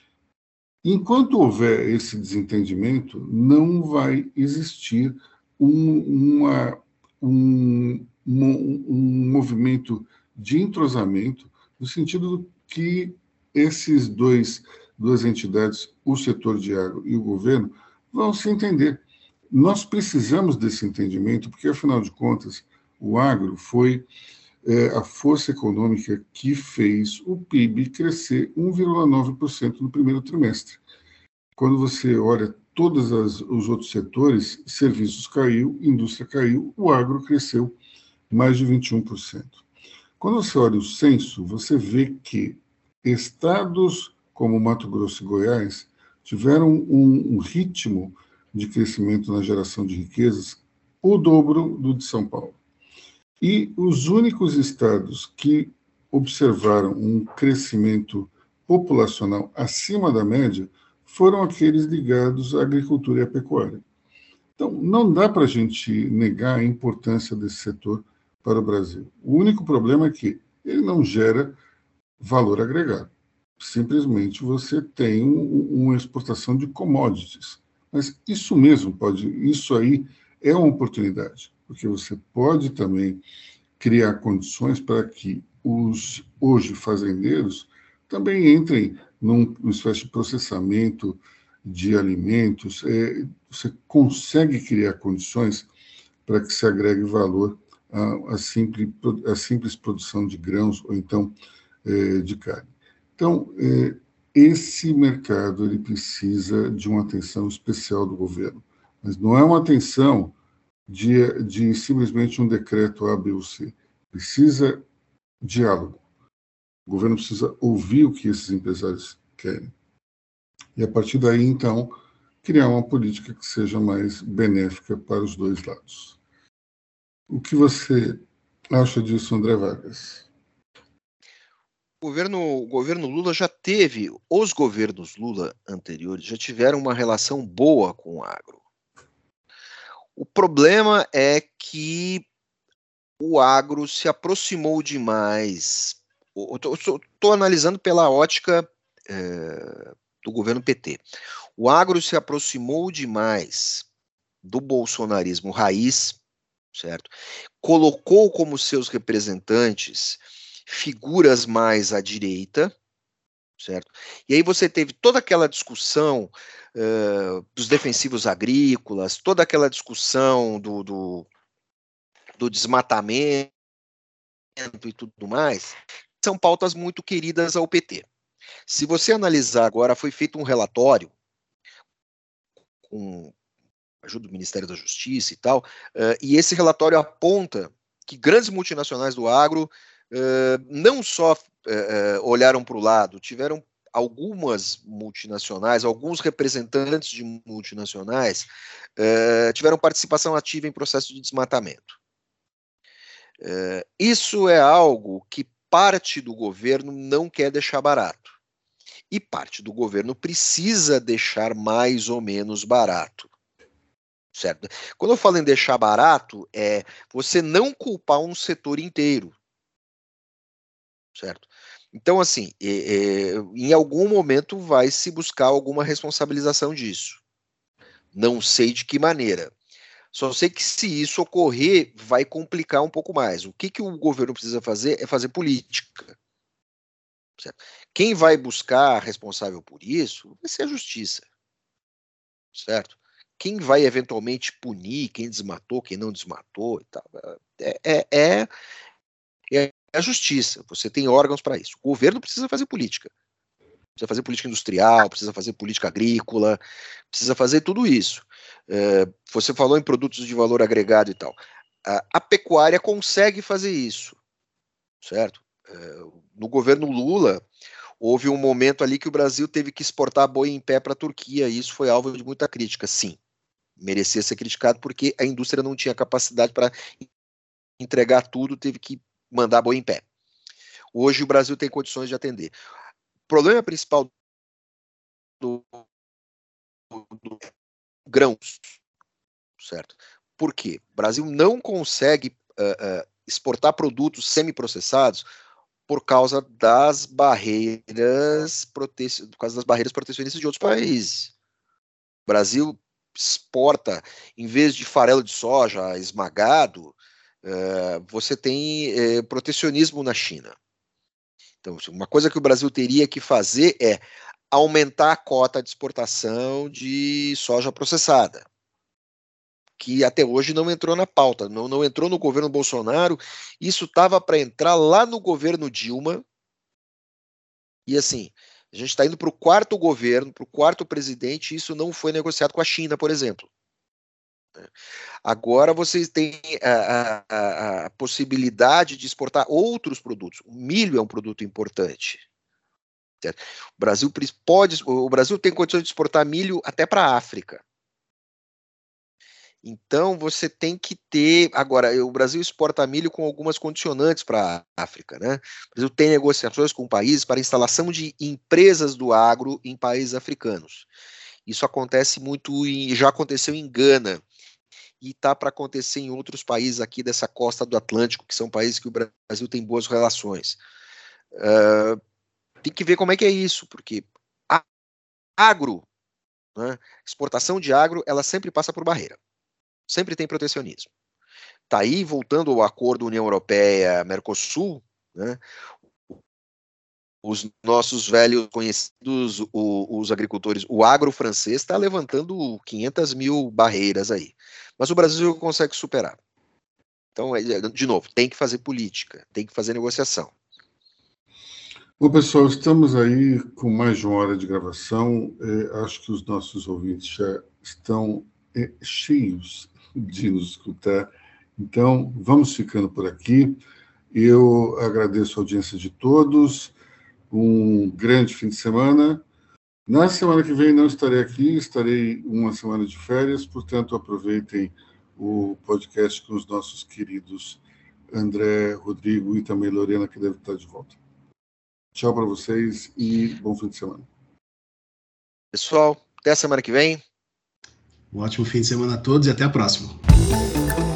Speaker 1: Enquanto houver esse desentendimento, não vai existir um, uma, um, um, um movimento de entrosamento, no sentido que esses dois, duas entidades, o setor de agro e o governo, vão se entender. Nós precisamos desse entendimento, porque, afinal de contas, o agro foi é, a força econômica que fez o P I B crescer um vírgula nove por cento no primeiro trimestre. Quando você olha todos as, os outros setores, serviços caiu, indústria caiu, o agro cresceu mais de vinte e um por cento. Quando você olha o censo, você vê que estados como Mato Grosso e Goiás tiveram um, um ritmo de crescimento na geração de riquezas o dobro do de São Paulo. E os únicos estados que observaram um crescimento populacional acima da média foram aqueles ligados à agricultura e à pecuária. Então, não dá para a gente negar a importância desse setor para o Brasil. O único problema é que ele não gera valor agregado. Simplesmente você tem um, uma exportação de commodities. Mas isso mesmo pode, isso aí é uma oportunidade, porque você pode também criar condições para que os hoje fazendeiros também entrem num, numa espécie de processamento de alimentos. É, você consegue criar condições para que se agregue valor à, à, simples, à simples produção de grãos ou então é, de carne. Então, é, esse mercado ele precisa de uma atenção especial do governo, mas não é uma atenção de, de simplesmente um decreto A, B ou C. Precisa diálogo. O governo precisa ouvir o que esses empresários querem. E, a partir daí, então, criar uma política que seja mais benéfica para os dois lados. O que você acha disso, André Vargas?
Speaker 2: O governo, o governo Lula já teve, os governos Lula anteriores já tiveram uma relação boa com o agro. O problema é que o agro se aproximou demais. Estou analisando pela ótica é, do governo P T. O agro se aproximou demais do bolsonarismo raiz, certo? Colocou como seus representantes figuras mais à direita, certo? E aí você teve toda aquela discussão uh, dos defensivos agrícolas, toda aquela discussão do, do, do desmatamento e tudo mais, são pautas muito queridas ao P T. Se você analisar agora, foi feito um relatório com a ajuda do Ministério da Justiça e tal, uh, e esse relatório aponta que grandes multinacionais do agro Uh, não só uh, olharam para o lado, tiveram algumas multinacionais, alguns representantes de multinacionais uh, tiveram participação ativa em processo de desmatamento. Uh, isso é algo que parte do governo não quer deixar barato. E parte do governo precisa deixar mais ou menos barato. Certo? Quando eu falo em deixar barato, é você não culpar um setor inteiro. Certo? Então, assim, é, é, em algum momento vai se buscar alguma responsabilização disso. Não sei de que maneira. Só sei que se isso ocorrer, vai complicar um pouco mais. O que, que o governo precisa fazer é fazer política. Certo? Quem vai buscar responsável por isso vai ser a justiça. Certo? Quem vai eventualmente punir quem desmatou, quem não desmatou e tal, é, é, é, é a justiça, você tem órgãos para isso. O governo precisa fazer política. Precisa fazer política industrial, precisa fazer política agrícola, precisa fazer tudo isso. É, você falou em produtos de valor agregado e tal. A, a pecuária consegue fazer isso, certo? É, no governo Lula, houve um momento ali que o Brasil teve que exportar boi em pé para a Turquia, e isso foi alvo de muita crítica. Sim, merecia ser criticado porque a indústria não tinha capacidade para entregar tudo, teve que mandar boi em pé. Hoje o Brasil tem condições de atender. O problema principal do, do, do grãos, certo? Por quê? O Brasil não consegue uh, uh, exportar produtos semiprocessados por causa das barreiras prote... por causa das barreiras protecionistas de outros países. O Brasil exporta, em vez de farelo de soja esmagado, uh, você tem uh, protecionismo na China. Então, uma coisa que o Brasil teria que fazer é aumentar a cota de exportação de soja processada, que até hoje não entrou na pauta, não, não entrou no governo Bolsonaro. Isso estava para entrar lá no governo Dilma, e assim, a gente está indo para o quarto governo, para o quarto presidente, e isso não foi negociado com a China, por exemplo. Agora vocês têm a, a, a possibilidade de exportar outros produtos. O milho é um produto importante. Certo? O Brasil pode, o Brasil tem condições de exportar milho até para a África. Então você tem que ter. Agora, o Brasil exporta milho com algumas condicionantes para a África, né? O Brasil tem negociações com países para instalação de empresas do agro em países africanos. Isso acontece muito, em, já aconteceu em Gana. E está para acontecer em outros países aqui dessa costa do Atlântico, que são países que o Brasil tem boas relações. Uh, tem que ver como é que é isso, porque a agro, né, exportação de agro, ela sempre passa por barreira. Sempre tem protecionismo. Está aí, voltando ao acordo União Europeia-Mercosul, né, os nossos velhos conhecidos, o, os agricultores, o agro francês está levantando quinhentas mil barreiras aí. Mas o Brasil consegue superar. Então, de novo, tem que fazer política, tem que fazer negociação.
Speaker 1: Bom, pessoal, estamos aí com mais de uma hora de gravação. É, acho que os nossos ouvintes já estão é, cheios de nos escutar. Então, vamos ficando por aqui. Eu agradeço a audiência de todos. Um grande fim de semana. Na semana que vem não estarei aqui, estarei uma semana de férias, portanto, aproveitem o podcast com os nossos queridos André, Rodrigo e também Lorena, que deve estar de volta. Tchau para vocês e bom fim de semana.
Speaker 2: Pessoal, até a semana que vem.
Speaker 3: Um ótimo fim de semana a todos e até a próxima.